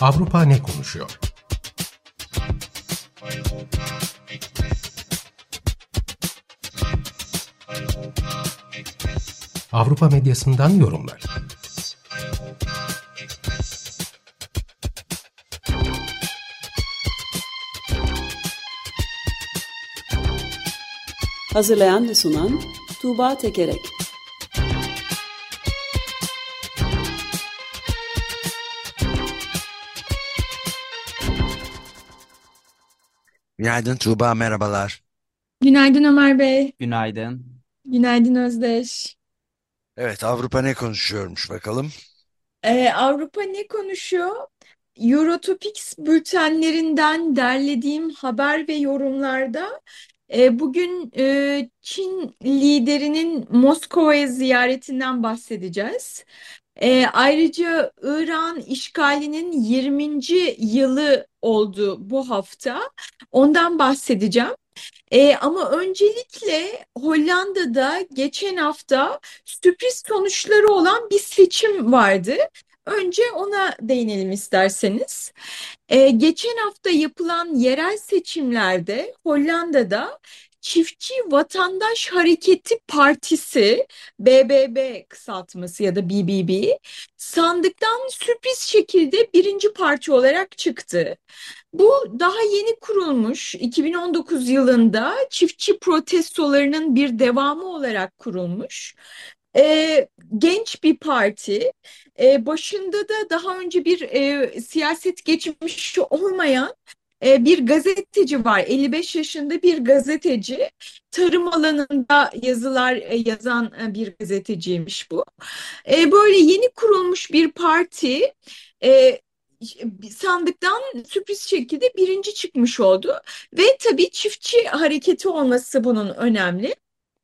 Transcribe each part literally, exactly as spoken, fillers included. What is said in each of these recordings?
Avrupa ne konuşuyor? Avrupa medyasından yorumlar. Hazırlayan ve sunan Tuğba Tekerek. Günaydın Tuğba, merhabalar. Günaydın Ömer Bey. Günaydın. Günaydın Özdeş. Evet, Avrupa ne konuşuyormuş bakalım. Ee, Avrupa ne konuşuyor? Eurotopics bültenlerinden derlediğim haber ve yorumlarda e, bugün e, Çin liderinin Moskova'ya ziyaretinden bahsedeceğiz. E, ayrıca İran işgalinin yirminci yılı oldu bu hafta. Ondan bahsedeceğim. Ee, ama öncelikle Hollanda'da geçen hafta sürpriz sonuçları olan bir seçim vardı. Önce ona değinelim isterseniz. Ee, geçen hafta yapılan yerel seçimlerde Hollanda'da Çiftçi Vatandaş Hareketi Partisi, B B B kısaltması ya da B B B, sandıktan sürpriz şekilde birinci parti olarak çıktı. Bu daha yeni kurulmuş, iki bin on dokuz yılında çiftçi protestolarının bir devamı olarak kurulmuş. Ee, genç bir parti. Ee, başında da daha önce bir e, siyaset geçmişi olmayan e, bir gazeteci var. elli beş yaşında bir gazeteci. Tarım alanında yazılar e, yazan e, bir gazeteciymiş bu. E, böyle yeni kurulmuş bir parti. E, sandıktan sürpriz şekilde birinci çıkmış oldu ve tabii çiftçi hareketi olması bunun önemli.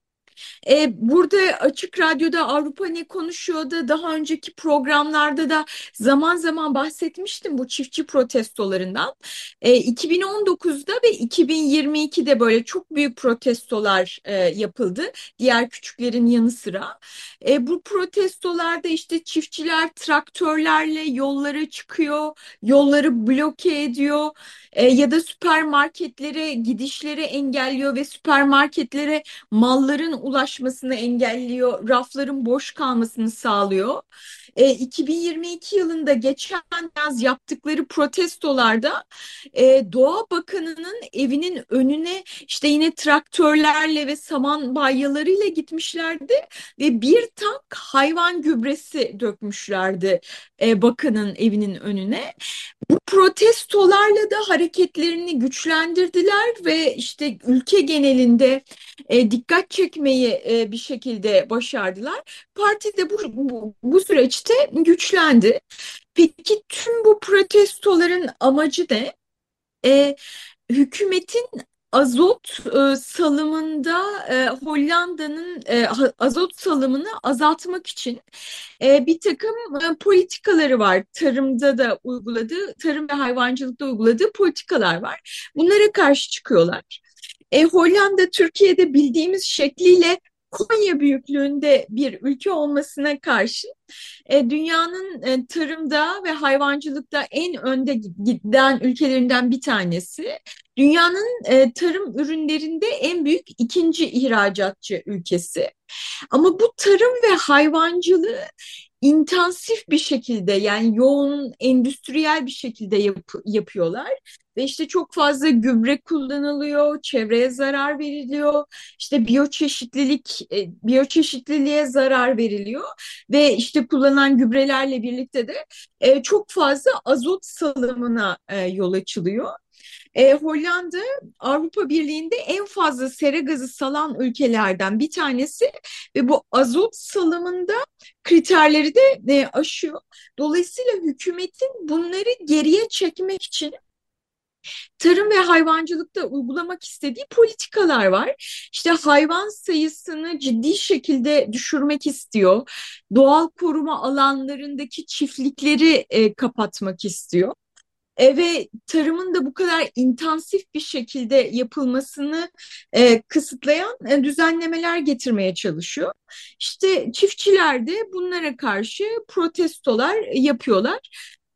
E, burada Açık Radyo'da Avrupa Ne Konuşuyor'da daha önceki programlarda da zaman zaman bahsetmiştim bu çiftçi protestolarından. E, iki bin on dokuzda ve iki bin yirmi ikide böyle çok büyük protestolar e, yapıldı. Diğer küçüklerin yanı sıra. E, bu protestolarda işte çiftçiler traktörlerle yollara çıkıyor, yolları bloke ediyor e, ya da süpermarketlere gidişleri engelliyor ve süpermarketlere malların ulaşmasını engelliyor, rafların boş kalmasını sağlıyor. E, iki bin yirmi iki yılında geçen yaz yaptıkları protestolarda e, Doğa Bakanı'nın evinin önüne işte yine traktörlerle ve saman balyalarıyla gitmişlerdi ve bir tank hayvan gübresi dökmüşlerdi e, bakanın evinin önüne. Bu protestolarla da hareketlerini güçlendirdiler ve işte ülke genelinde e, dikkat çekmeyi e, bir şekilde başardılar. Parti de bu, bu, bu süreçte güçlendi. Peki tüm bu protestoların amacı ne? E, hükümetin azot e, salımında e, Hollanda'nın e, ha- azot salımını azaltmak için e, bir takım e, politikaları var. Tarımda da uyguladığı, tarım ve hayvancılıkta uyguladığı politikalar var. Bunlara karşı çıkıyorlar. E, Hollanda Türkiye'de bildiğimiz şekliyle Konya büyüklüğünde bir ülke olmasına karşı e, dünyanın e, tarımda ve hayvancılıkta en önde giden ülkelerinden bir tanesi. Dünyanın e, tarım ürünlerinde en büyük ikinci ihracatçı ülkesi. Ama bu tarım ve hayvancılığı intensif bir şekilde yani yoğun endüstriyel bir şekilde yap- yapıyorlar. Ve işte çok fazla gübre kullanılıyor, çevreye zarar veriliyor, işte biyoçeşitlilik, e, biyoçeşitliliğe zarar veriliyor ve işte kullanılan gübrelerle birlikte de e, çok fazla azot salımına e, yol açılıyor. E, Hollanda Avrupa Birliği'nde en fazla sera gazı salan ülkelerden bir tanesi ve bu azot salımında kriterleri de e, aşıyor. Dolayısıyla hükümetin bunları geriye çekmek için tarım ve hayvancılıkta uygulamak istediği politikalar var. İşte hayvan sayısını ciddi şekilde düşürmek istiyor. Doğal koruma alanlarındaki çiftlikleri e, kapatmak istiyor. E, ve tarımın da bu kadar intensif bir şekilde yapılmasını e, kısıtlayan e, düzenlemeler getirmeye çalışıyor. İşte çiftçiler de bunlara karşı protestolar yapıyorlar.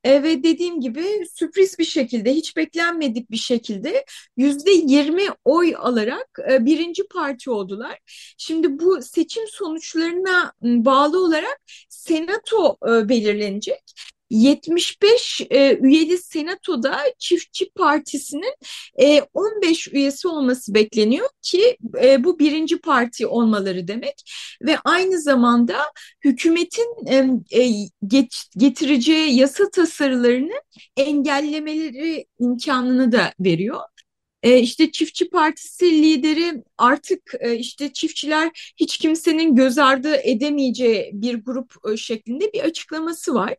E, ve dediğim gibi sürpriz bir şekilde, hiç beklenmedik bir şekilde yüzde yirmi oy alarak e, birinci parti oldular. Şimdi bu seçim sonuçlarına m, bağlı olarak senato e, belirlenecek. yetmiş beş e, üyeli senatoda Çiftçi Partisi'nin e, on beş üyesi olması bekleniyor ki e, bu birinci parti olmaları demek ve aynı zamanda hükümetin e, e, get- getireceği yasa tasarılarını engellemeleri imkanını da veriyor. E, işte Çiftçi Partisi lideri artık e, işte çiftçiler hiç kimsenin göz ardı edemeyeceği bir grup e, şeklinde bir açıklaması var.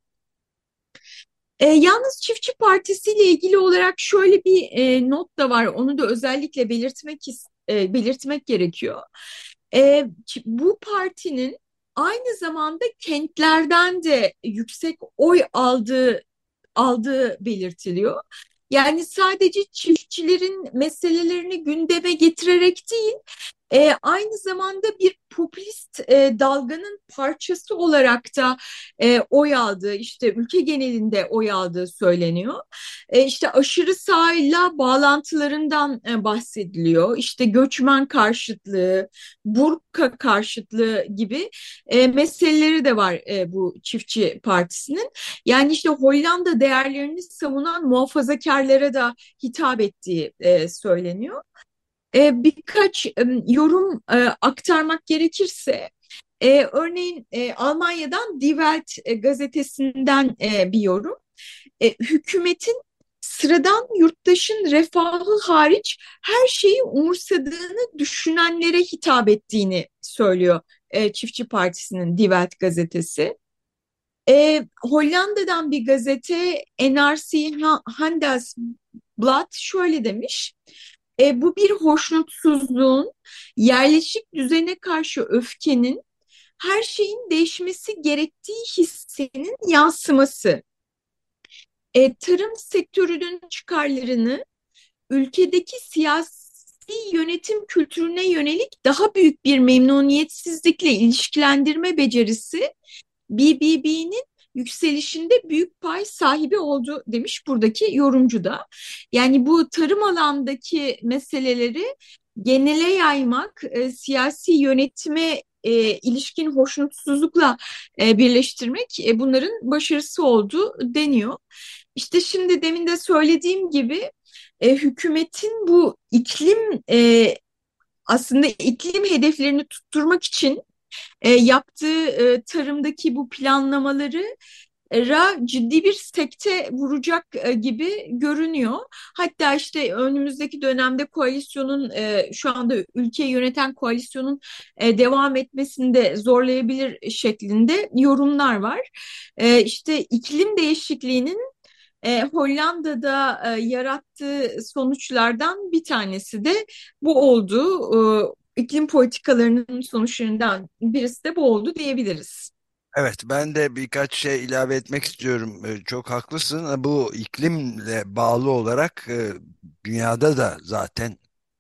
E, yalnız Çiftçi Partisi ile ilgili olarak şöyle bir e, not da var. Onu da özellikle belirtmek is- e, belirtmek gerekiyor. E, çi- bu partinin aynı zamanda kentlerden de yüksek oy aldığı aldığı belirtiliyor. Yani sadece çiftçilerin meselelerini gündeme getirerek değil, e, aynı zamanda bir popülist e, dalganın parçası olarak da e, oy aldığı, işte ülke genelinde oy aldığı söyleniyor. E, işte aşırı sağıyla bağlantılarından e, bahsediliyor. İşte göçmen karşıtlığı, burka karşıtlığı gibi e, meseleleri de var e, bu Çiftçi Partisi'nin. Yani işte Hollanda değerlerini savunan muhafazakarlara da hitap ettiği e, söyleniyor. E, birkaç e, yorum e, aktarmak gerekirse, e, örneğin e, Almanya'dan Die Welt e, gazetesinden e, bir yorum. E, hükümetin sıradan yurttaşın refahı hariç her şeyi umursadığını düşünenlere hitap ettiğini söylüyor e, Çiftçi Partisi'nin Die Welt gazetesi. E, Hollanda'dan bir gazete N R C Handelsblad şöyle demiş. E, bu bir hoşnutsuzluğun, yerleşik düzene karşı öfkenin, her şeyin değişmesi gerektiği hissinin yansıması. E, tarım sektörünün çıkarlarını ülkedeki siyasi yönetim kültürüne yönelik daha büyük bir memnuniyetsizlikle ilişkilendirme becerisi B B B'nin yükselişinde büyük pay sahibi oldu demiş buradaki yorumcu da. Yani bu tarım alandaki meseleleri genele yaymak, e, siyasi yönetime e, ilişkin hoşnutsuzlukla e, birleştirmek e, bunların başarısı oldu deniyor. İşte şimdi demin de söylediğim gibi e, hükümetin bu iklim e, aslında iklim hedeflerini tutturmak için e, yaptığı e, tarımdaki bu planlamaları ra ciddi bir sekte vuracak e, gibi görünüyor. Hatta işte önümüzdeki dönemde koalisyonun e, şu anda ülkeyi yöneten koalisyonun e, devam etmesini de zorlayabilir şeklinde yorumlar var. E, işte iklim değişikliğinin e, Hollanda'da e, yarattığı sonuçlardan bir tanesi de bu oldu. E, iklim politikalarının sonuçlarından birisi de bu oldu diyebiliriz. Evet, ben de birkaç şey ilave etmek istiyorum. Ee, Çok haklısın. Bu iklimle bağlı olarak e, dünyada da zaten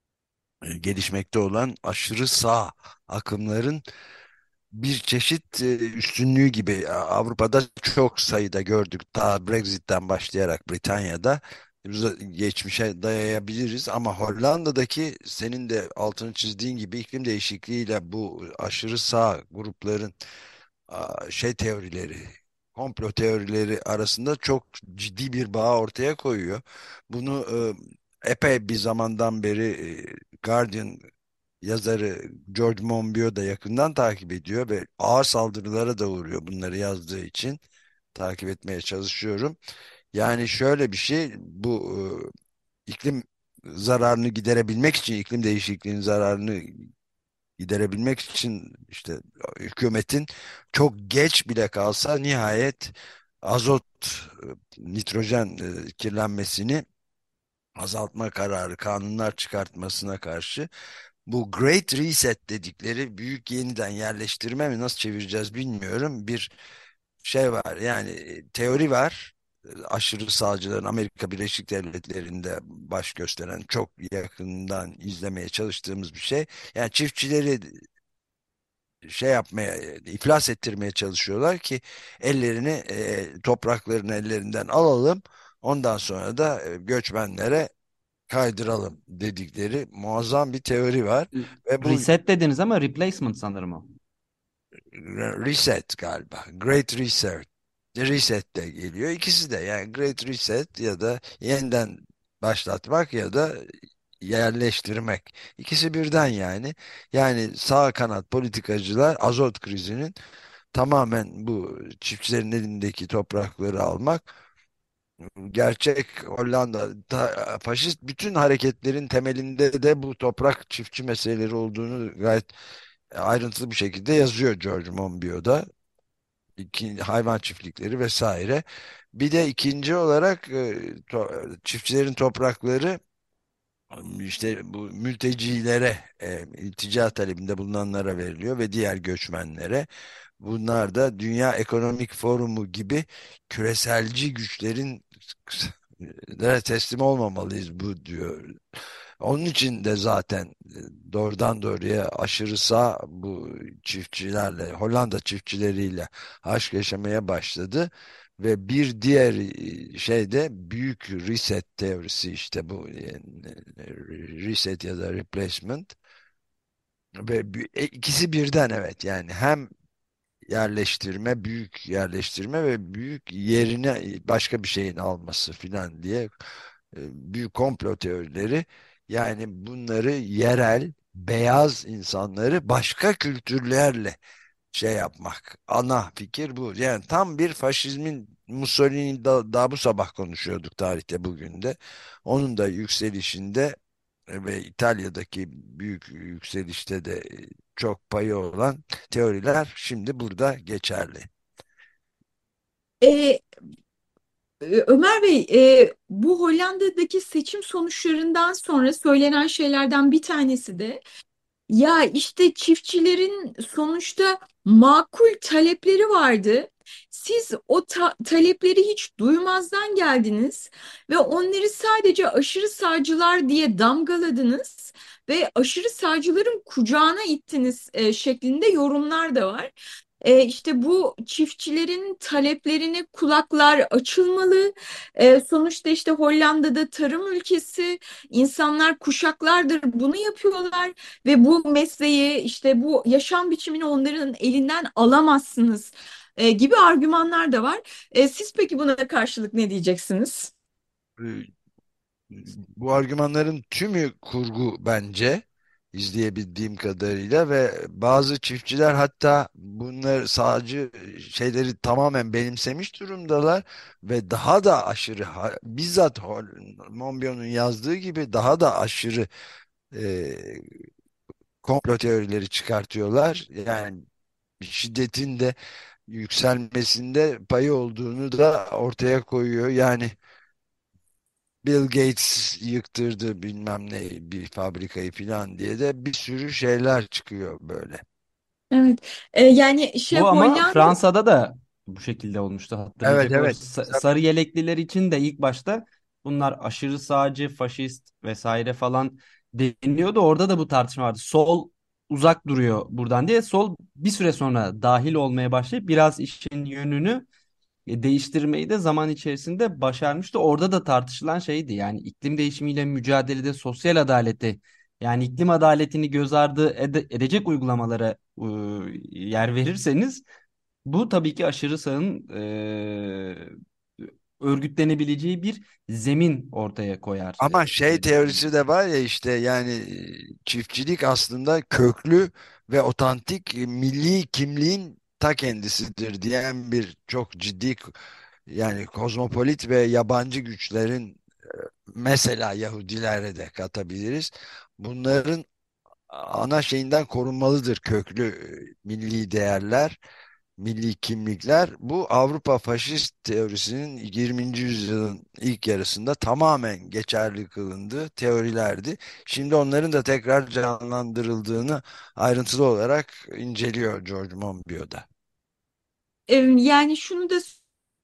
e, gelişmekte olan aşırı sağ akımların bir çeşit e, üstünlüğü gibi Avrupa'da çok sayıda gördük. Ta Brexit'ten başlayarak Britanya'da uz- geçmişe dayayabiliriz ama Hollanda'daki senin de altını çizdiğin gibi iklim değişikliğiyle bu aşırı sağ grupların a, şey teorileri, komplo teorileri arasında çok ciddi bir bağ ortaya koyuyor. Bunu e, epey bir zamandan beri e, Guardian yazarı George Monbiot da yakından takip ediyor ve ağır saldırılara da uğruyor bunları yazdığı için. Takip etmeye çalışıyorum. Yani şöyle bir şey, bu e, iklim zararını giderebilmek için, iklim değişikliğinin zararını giderebilmek için işte hükümetin çok geç bile kalsa nihayet azot, e, nitrojen e, kirlenmesini azaltma kararı, kanunlar çıkartmasına karşı bu Great Reset dedikleri büyük yeniden yerleştirme mi, nasıl çevireceğiz bilmiyorum. Bir şey var, yani e, teori var. E, Aşırı sağcıların Amerika Birleşik Devletleri'nde baş gösteren, çok yakından izlemeye çalıştığımız bir şey. Yani çiftçileri şey yapmaya, iflas ettirmeye çalışıyorlar ki ellerini, e, topraklarını ellerinden alalım. Ondan sonra da e, göçmenlere kaydıralım dedikleri muazzam bir teori var. Ve bu Reset dediniz ama replacement sanırım o. reset galiba. Great Reset. Reset de geliyor. İkisi de, yani Great Reset ya da yeniden başlatmak ya da yerleştirmek. İkisi birden yani. Yani sağ kanat politikacılar azot krizinin tamamen bu çiftçilerin elindeki toprakları almak, gerçek Hollanda ta- faşist bütün hareketlerin temelinde de bu toprak çiftçi meseleleri olduğunu gayet ayrıntılı bir şekilde yazıyor George Monbiot'da. İki, hayvan çiftlikleri vesaire. Bir de ikinci olarak e, to- çiftçilerin toprakları işte bu mültecilere, e, iltica talebinde bulunanlara veriliyor ve diğer göçmenlere. Bunlar da Dünya Ekonomik Forumu gibi küreselci güçlerin de teslim olmamalıyız bu diyor. Onun için de zaten e, doğrudan doğruya aşırı sağ bu çiftçilerle, Hollanda çiftçileriyle aşk yaşamaya başladı. Ve bir diğer e, şey de büyük reset teorisi, işte bu e, reset ya da replacement. Ve bü- e, ikisi birden, evet, yani hem yerleştirme, büyük yerleştirme ve büyük yerine başka bir şeyin alması filan diye e, büyük komplo teorileri. Yani bunları yerel beyaz insanları başka kültürlerle şey yapmak. Ana fikir bu. Yani tam bir faşizmin, Mussolini da, daha bu sabah konuşuyorduk tarihte, bugün de. Onun da yükselişinde ve İtalya'daki büyük yükselişte de çok payı olan teoriler şimdi burada geçerli. E, e, Ömer Bey, e, bu Hollanda'daki seçim sonuçlarından sonra söylenen şeylerden bir tanesi de ya işte çiftçilerin sonuçta makul talepleri vardı. Siz o ta- talepleri hiç duymazdan geldiniz ve onları sadece aşırı sağcılar diye damgaladınız ve aşırı sağcıların kucağına ittiniz e, şeklinde yorumlar da var. E, işte bu çiftçilerin taleplerine kulaklar açılmalı. E, sonuçta işte Hollanda'da tarım ülkesi, insanlar kuşaklardır bunu yapıyorlar. Ve bu mesleği işte bu yaşam biçimini onların elinden alamazsınız e, gibi argümanlar da var. E, siz peki buna karşılık ne diyeceksiniz? Bu argümanların tümü kurgu bence, izleyebildiğim kadarıyla. Ve bazı çiftçiler hatta bunlar sağcı şeyleri tamamen benimsemiş durumdalar ve daha da aşırı, ha- bizzat Hol- Monbiot'un yazdığı gibi daha da aşırı e, komplo teorileri çıkartıyorlar. Yani şiddetin de yükselmesinde payı olduğunu da ortaya koyuyor. Yani Bill Gates yıktırdı bilmem ne bir fabrikayı falan diye de bir sürü şeyler çıkıyor böyle. Evet. E, yani şey Bu ama Hollanda. Fransa'da da bu şekilde olmuştu, Evet, hatırlayacak evet. olursa. Sa- Tabii. Sarı yelekliler için de ilk başta bunlar aşırı sağcı, faşist vesaire falan deniliyordu. Orada da bu tartışma vardı. Sol uzak duruyor buradan diye. Sol bir süre sonra dahil olmaya başlayıp biraz işin yönünü e, değiştirmeyi de zaman içerisinde başarmıştı. Orada da tartışılan şeydi, yani iklim değişimiyle mücadelede sosyal adaleti, yani iklim adaletini göz ardı ede- edecek uygulamalara e, yer verirseniz bu tabii ki aşırı sağın e, örgütlenebileceği bir zemin ortaya koyar Ama e, şey diye teorisi düşünüyorum. de var ya, işte yani e, çiftçilik aslında köklü ve otantik e, milli kimliğin ta kendisidir diyen bir çok ciddi, yani kozmopolit ve yabancı güçlerin, mesela Yahudilere de katabiliriz. Bunların ana şeyinden korunmalıdır köklü e, milli değerler, milli kimlikler. Bu Avrupa faşist teorisinin yirminci yüzyılın ilk yarısında tamamen geçerli kılındığı teorilerdi. Şimdi onların da tekrar canlandırıldığını ayrıntılı olarak inceliyor George Monbiot'da. E, yani şunu da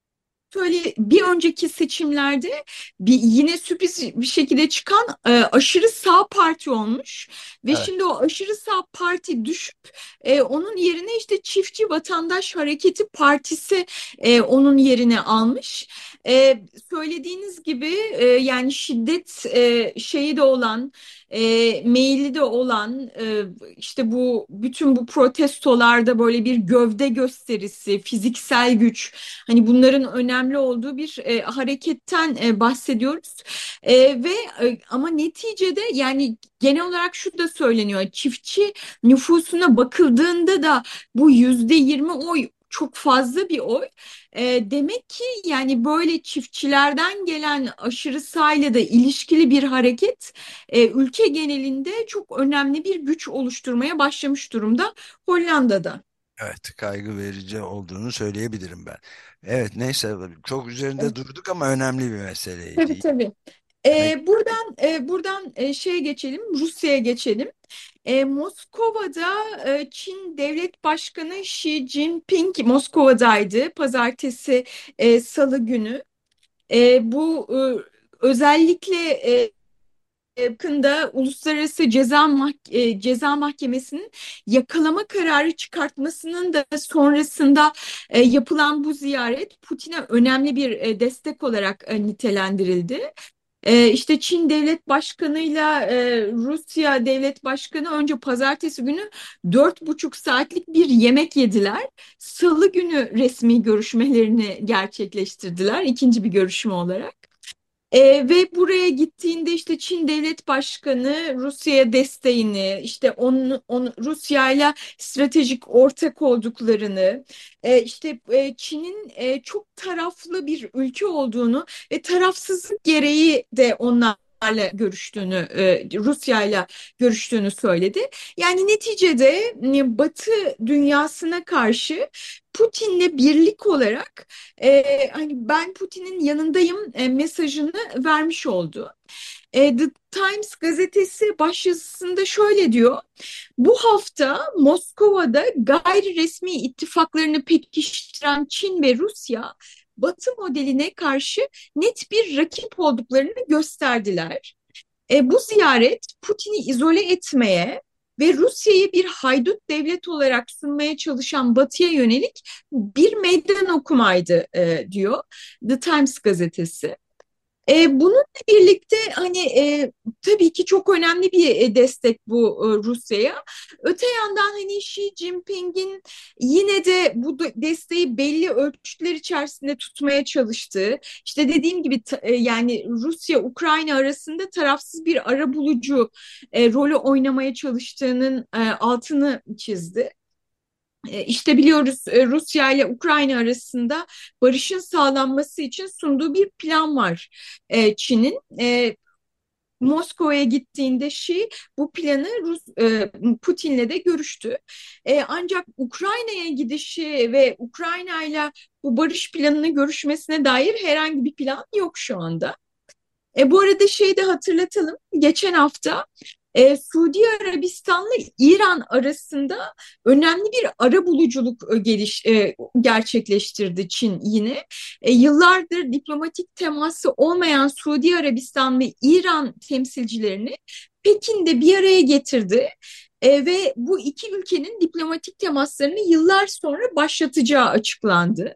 söyle bir önceki seçimlerde bir yine sürpriz bir şekilde çıkan e, aşırı sağ parti olmuş ve Evet. şimdi o aşırı sağ parti düşüp e, onun yerine işte Çiftçi Vatandaş Hareketi Partisi e, onun yerine almış. E, söylediğiniz gibi e, yani şiddet e, şeyi de olan e, meyilli de olan e, işte bu bütün bu protestolarda böyle bir gövde gösterisi, fiziksel güç, hani bunların önemli olduğu bir e, hareketten e, bahsediyoruz. E, ve e, ama neticede yani genel olarak şu da söyleniyor. Çiftçi nüfusuna bakıldığında da bu yüzde yirmi oy çok fazla bir oy. E, demek ki yani böyle çiftçilerden gelen aşırı sağyla da ilişkili bir hareket e, ülke genelinde çok önemli bir güç oluşturmaya başlamış durumda Hollanda'da. Evet, kaygı verici olduğunu söyleyebilirim ben. Evet, neyse, çok üzerinde durduk ama önemli bir Tabii meseleydi. tabii. Demek Ee, buradan e, buradan e, şeye geçelim, Rusya'ya geçelim. E, Moskova'da e, Çin Devlet Başkanı Xi Jinping Moskova'daydı. Pazartesi, e, Salı günü. E, bu e, özellikle e, yakında Uluslararası Ceza Mah e, Ceza Mahkemesi'nin yakalama kararı çıkartmasının da sonrasında e, yapılan bu ziyaret Putin'e önemli bir e, destek olarak e, nitelendirildi. Ee, işte Çin Devlet Başkanı'yla e, Rusya Devlet Başkanı önce pazartesi günü dört buçuk saatlik bir yemek yediler. Salı günü resmi görüşmelerini gerçekleştirdiler ikinci bir görüşme olarak. E, ve buraya gittiğinde işte Çin Devlet Başkanı Rusya'ya desteğini, işte onun, onu, Rusya'yla stratejik ortak olduklarını, e, işte e, Çin'in e, çok taraflı bir ülke olduğunu ve tarafsızlık gereği de onlarla görüştüğünü, e, Rusya'yla görüştüğünü söyledi. Yani neticede e, Batı dünyasına karşı Putin'le birlik olarak e, hani ben Putin'in yanındayım e, mesajını vermiş oldu. E, The Times gazetesi başyazısında şöyle diyor. Bu hafta Moskova'da gayri resmi ittifaklarını pekiştiren Çin ve Rusya, Batı modeline karşı net bir rakip olduklarını gösterdiler. E, bu ziyaret Putin'i izole etmeye ve Rusya'yı bir haydut devlet olarak sunmaya çalışan Batı'ya yönelik bir meydan okumaydı e, diyor The Times gazetesi. E, bununla birlikte hani e, tabii ki çok önemli bir e, destek bu e, Rusya'ya. Öte yandan hani Xi Jinping'in yine de bu da- desteği belli ölçütler içerisinde tutmaya çalıştığı, işte dediğim gibi ta- e, yani Rusya-Ukrayna arasında tarafsız bir arabulucu e, rolü oynamaya çalıştığının e, altını çizdi. E, İşte biliyoruz e, Rusya ile Ukrayna arasında barışın sağlanması için sunduğu bir plan var e, Çin'in. E, Moskova'ya gittiğinde Şi bu planı Rus, e, Putin'le de görüştü. E, ancak Ukrayna'ya gidişi ve Ukrayna ile bu barış planını görüşmesine dair herhangi bir plan yok şu anda. E, bu arada şeyi de hatırlatalım. Geçen hafta e, Suudi Arabistan'la İran arasında önemli bir arabuluculuk e, geliş e, gerçekleştirdi Çin yine. E, yıllardır diplomatik teması olmayan Suudi Arabistan ve İran temsilcilerini Pekin'de bir araya getirdi. E, ve bu iki ülkenin diplomatik temaslarını yıllar sonra başlatacağı açıklandı.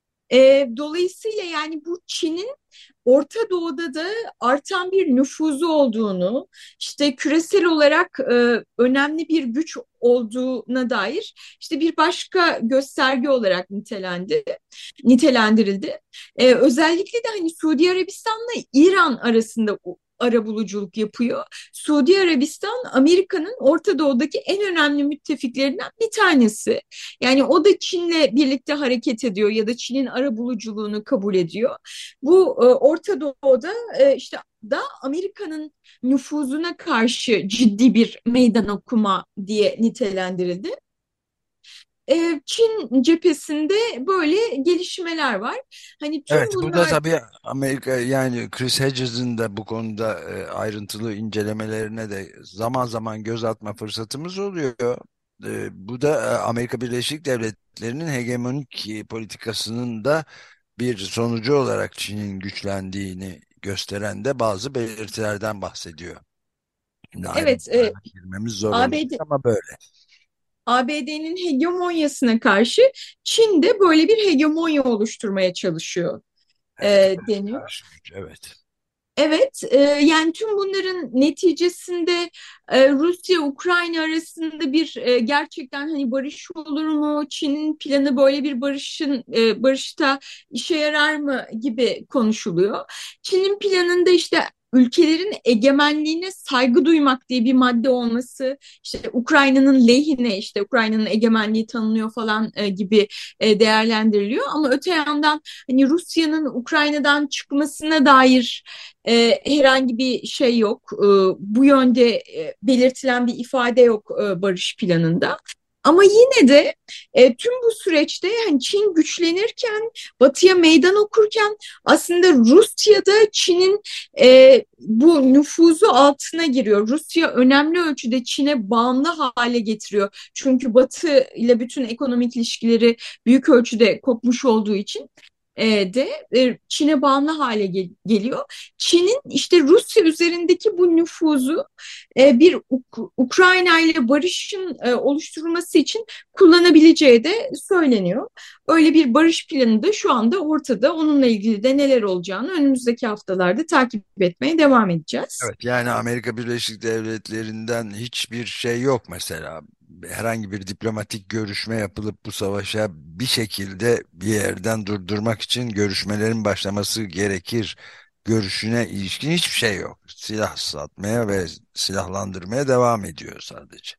E, dolayısıyla yani bu Çin'in Orta Doğu'da da artan bir nüfuzu olduğunu, işte küresel olarak e, önemli bir güç olduğuna dair işte bir başka gösterge olarak nitelendi, nitelendirildi. E, özellikle de hani Suudi Arabistan'la İran arasında arabuluculuk yapıyor. Suudi Arabistan Amerika'nın Orta Doğu'daki en önemli müttefiklerinden bir tanesi. Yani o da Çin'le birlikte hareket ediyor ya da Çin'in arabuluculuğunu kabul ediyor. Bu e, Orta Doğu'da e, işte da Amerika'nın nüfuzuna karşı ciddi bir meydan okuma diye nitelendirildi. E, Çin cephesinde böyle gelişmeler var. Hani tüm Evet, burada bunlar tabii Amerika, yani Chris Hedges'in de bu konuda e, ayrıntılı incelemelerine de zaman zaman göz atma fırsatımız oluyor. E, bu da e, Amerika Birleşik Devletleri'nin hegemonik e, politikasının da bir sonucu olarak Çin'in güçlendiğini gösteren de bazı belirtilerden bahsediyor. Şimdi Evet, e, ayrıntılarına girmemiz zor olacak A B D ama böyle. A B D'nin hegemonyasına karşı Çin de böyle bir hegemonya oluşturmaya çalışıyor e, Evet, deniyor. karşı güç, evet. Evet, e, yani tüm bunların neticesinde e, Rusya-Ukrayna arasında bir e, gerçekten hani barış olur mu? Çin'in planı böyle bir barışın e, barışta işe yarar mı gibi konuşuluyor. Çin'in planında işte ülkelerin egemenliğine saygı duymak diye bir madde olması, işte Ukrayna'nın lehine işte Ukrayna'nın egemenliği tanınıyor falan e, gibi e, değerlendiriliyor. Ama öte yandan hani Rusya'nın Ukrayna'dan çıkmasına dair e, herhangi bir şey yok. E, bu yönde e, belirtilen bir ifade yok e, barış planında. Ama yine de e, tüm bu süreçte hani Çin güçlenirken, Batı'ya meydan okurken aslında Rusya'da Çin'in e, bu nüfuzu altına giriyor. Rusya önemli ölçüde Çin'e bağımlı hale getiriyor. Çünkü Batı ile bütün ekonomik ilişkileri büyük ölçüde kopmuş olduğu için e, de e, Çin'e bağımlı hale gel- geliyor. Çin'in işte Rusya üzerindeki bu nüfuzu e, bir Uk- Ukrayna ile barışın e, oluşturulması için kullanabileceği de söyleniyor. Öyle bir barış planı da şu anda ortada. Onunla ilgili de neler olacağını önümüzdeki haftalarda takip etmeye devam edeceğiz. Evet, yani Amerika Birleşik Devletleri'nden hiçbir şey yok mesela. Herhangi bir diplomatik görüşme yapılıp bu savaşa bir şekilde bir yerden durdurmak için görüşmelerin başlaması gerekir görüşüne ilişkin hiçbir şey yok. Silah satmaya ve silahlandırmaya devam ediyor sadece.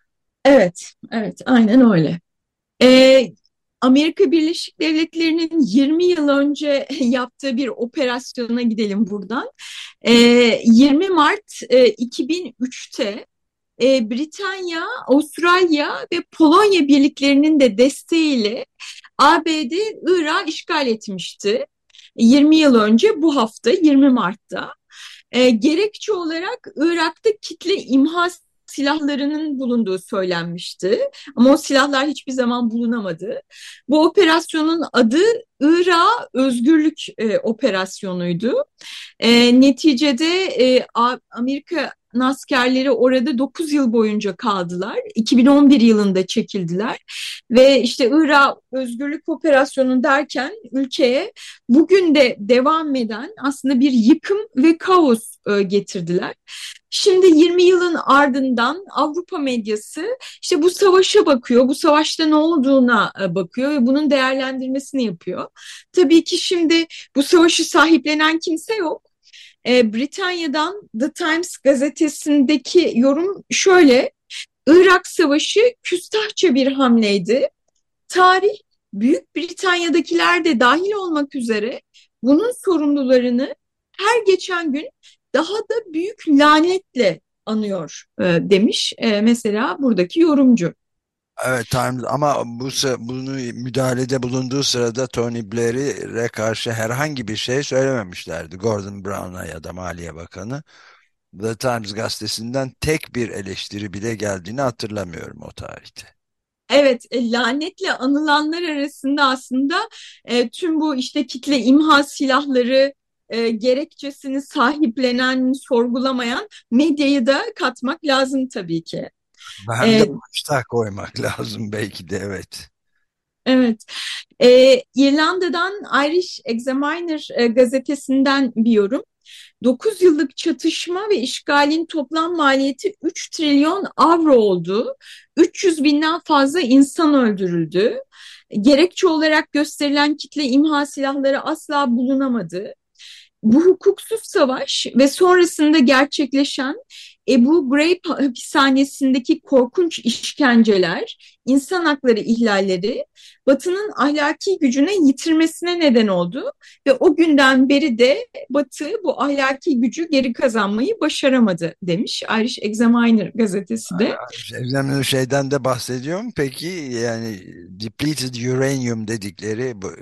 Evet, evet, aynen öyle. Ee, Amerika Birleşik Devletleri'nin yirmi yıl önce yaptığı bir operasyona gidelim buradan. Ee, yirmi Mart e, iki bin üçte e, Britanya, Avustralya ve Polonya birliklerinin de desteğiyle A B D Irak'ı işgal etmişti. yirmi yıl önce bu hafta yirmi Mart'ta. E, gerekçe olarak Irak'ta kitle imha silahlarının bulunduğu söylenmişti. Ama o silahlar hiçbir zaman bulunamadı. Bu operasyonun adı Irak Özgürlük e, Operasyonu'ydu. E, neticede e, Amerika askerleri orada dokuz yıl boyunca kaldılar. iki bin on bir yılında çekildiler ve işte Irak Özgürlük Operasyonu derken ülkeye bugün de devam eden aslında bir yıkım ve kaos e, getirdiler. Şimdi yirmi yılın ardından Avrupa medyası işte bu savaşa bakıyor, bu savaşta ne olduğuna e, bakıyor ve bunun değerlendirmesini yapıyor. Tabii ki şimdi bu savaşı sahiplenen kimse yok. E, Britanya'dan The Times gazetesindeki yorum şöyle: Irak Savaşı küstahça bir hamleydi. Tarih, Büyük Britanya'dakiler de dahil olmak üzere bunun sorumlularını her geçen gün daha da büyük lanetle anıyor e, demiş e, mesela buradaki yorumcu. Evet, Times, ama bu sı- bunu müdahalede bulunduğu sırada Tony Blair'e karşı herhangi bir şey söylememişlerdi. Gordon Brown'a ya da Maliye Bakanı. The Times gazetesinden tek bir eleştiri bile geldiğini hatırlamıyorum o tarihte. Evet, e, lanetle anılanlar arasında aslında e, tüm bu işte kitle imha silahları e, gerekçesini sahiplenen, sorgulamayan medyayı da katmak lazım tabii ki. Hem de E, başta koymak lazım belki de, evet. evet, e, İrlanda'dan Irish Examiner e, gazetesinden bir yorum. dokuz yıllık çatışma ve işgalin toplam maliyeti üç trilyon avro oldu. üç yüz binden fazla insan öldürüldü. Gerekçe olarak gösterilen kitle imha silahları asla bulunamadı. Bu hukuksuz savaş ve sonrasında gerçekleşen Ebu Ghraib hapishanesindeki korkunç işkenceler, insan hakları ihlalleri Batı'nın ahlaki gücüne yitirmesine neden oldu ve o günden beri de Batı bu ahlaki gücü geri kazanmayı başaramadı demiş Irish Examiner gazetesi de. Evlenme şeyden de bahsediyor mu peki? Yani depleted uranium dedikleri bu,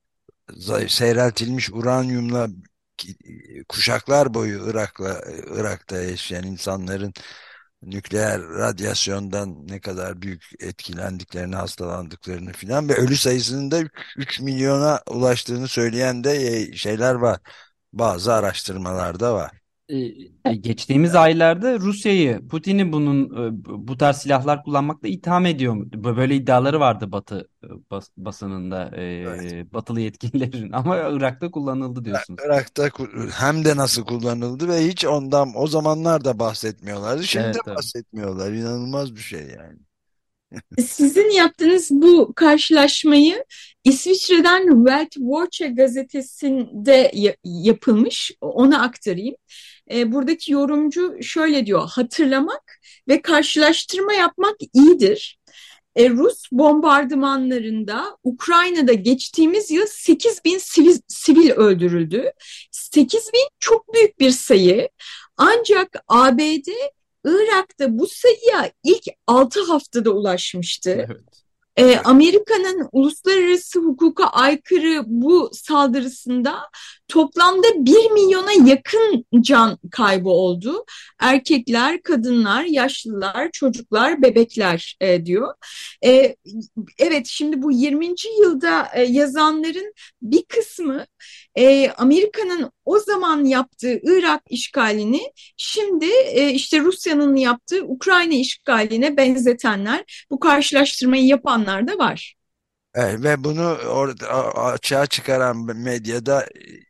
zay- seyreltilmiş uranyumla ki- kuşaklar boyu Irak'la Irak'ta yaşayan insanların nükleer radyasyondan ne kadar büyük etkilendiklerini, hastalandıklarını filan ve ölü sayısının da üç milyona ulaştığını söyleyen de e, şeyler var. Bazı araştırmalarda var. E, e, Geçtiğimiz aylarda Rusya'yı, Putin'i bunun e, bu tarz silahlar kullanmakla itham ediyor. Bö- Böyle iddiaları vardı Batı e, bas- basınında, Evet. e, Batılı yetkililerin. Ama Irak'ta kullanıldı diyorsunuz. Irak'ta ku- hem de nasıl kullanıldı ve hiç ondan o zamanlar da bahsetmiyorlardı. Şimdi de Evet, tabii. bahsetmiyorlar. İnanılmaz bir şey yani. Sizin yaptığınız bu karşılaşmayı İsviçre'den Welt Watcher gazetesinde ya- yapılmış. Ona aktarayım. E, buradaki yorumcu şöyle diyor: hatırlamak ve karşılaştırma yapmak iyidir. E, Rus bombardımanlarında Ukrayna'da geçtiğimiz yıl sekiz bin sivil, sivil öldürüldü. sekiz bin çok büyük bir sayı. Ancak A B D Irak'ta bu sayıya ilk altı haftada ulaşmıştı. Evet. E, Amerika'nın uluslararası hukuka aykırı bu saldırısında toplamda bir milyona yakın can kaybı oldu. Erkekler, kadınlar, yaşlılar, çocuklar, bebekler e, diyor. E, evet, şimdi bu yirminci yılda e, yazanların bir kısmı e, Amerika'nın o zaman yaptığı Irak işgalini şimdi e, işte Rusya'nın yaptığı Ukrayna işgaline benzetenler, bu karşılaştırmayı yapanlar da var. Evet, ve bunu orada a- açığa çıkaran medyada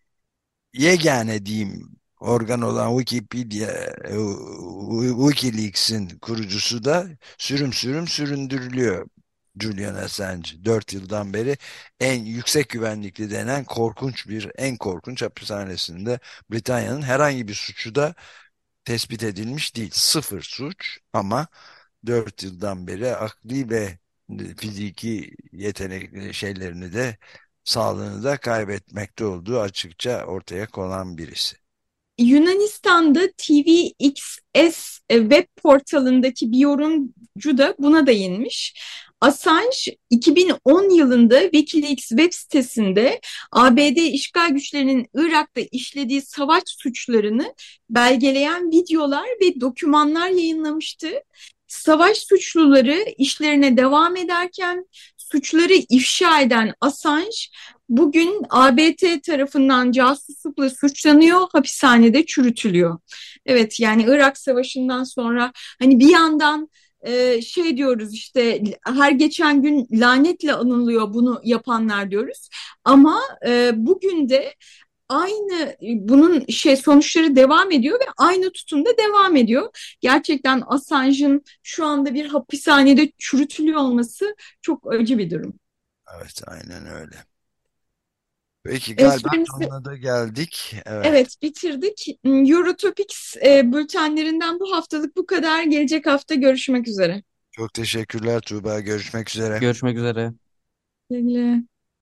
yegane diyeyim organ olan Wikipedia, e, WikiLeaks'in kurucusu da sürüm sürüm süründürülüyor. Julian Assange dört yıldan beri en yüksek güvenlikli denen korkunç bir en korkunç hapishanesinde Britanya'nın herhangi bir suçu da tespit edilmiş değil. Sıfır suç ama dört yıldan beri akli ve fiziki yetenek şeylerini de sağlığını da kaybetmekte olduğu açıkça ortaya konan birisi. Yunanistan'da T V X S e, web portalındaki bir yorumcu da buna değinmiş. Assange iki bin on yılında WikiLeaks web sitesinde A B D işgal güçlerinin Irak'ta işlediği savaş suçlarını belgeleyen videolar ve dokümanlar yayınlamıştı. Savaş suçluları işlerine devam ederken suçları ifşa eden Assange bugün A B D tarafından casuslukla suçlanıyor, hapishanede çürütülüyor. Evet, yani Irak Savaşı'ndan sonra hani bir yandan e, şey diyoruz, işte her geçen gün lanetle anılıyor bunu yapanlar diyoruz. Ama e, bugün de aynı bunun şey sonuçları devam ediyor ve aynı tutumda devam ediyor. Gerçekten Assange'ın şu anda bir hapishanede çürütülüyor olması çok acı bir durum. Evet, aynen öyle. Peki E, galiba süremizi sonuna da geldik. Evet. Evet, bitirdik. Eurotopics e, bültenlerinden bu haftalık bu kadar. Gelecek hafta görüşmek üzere. Çok teşekkürler Tuğba. Görüşmek üzere. Görüşmek üzere. Güle güle.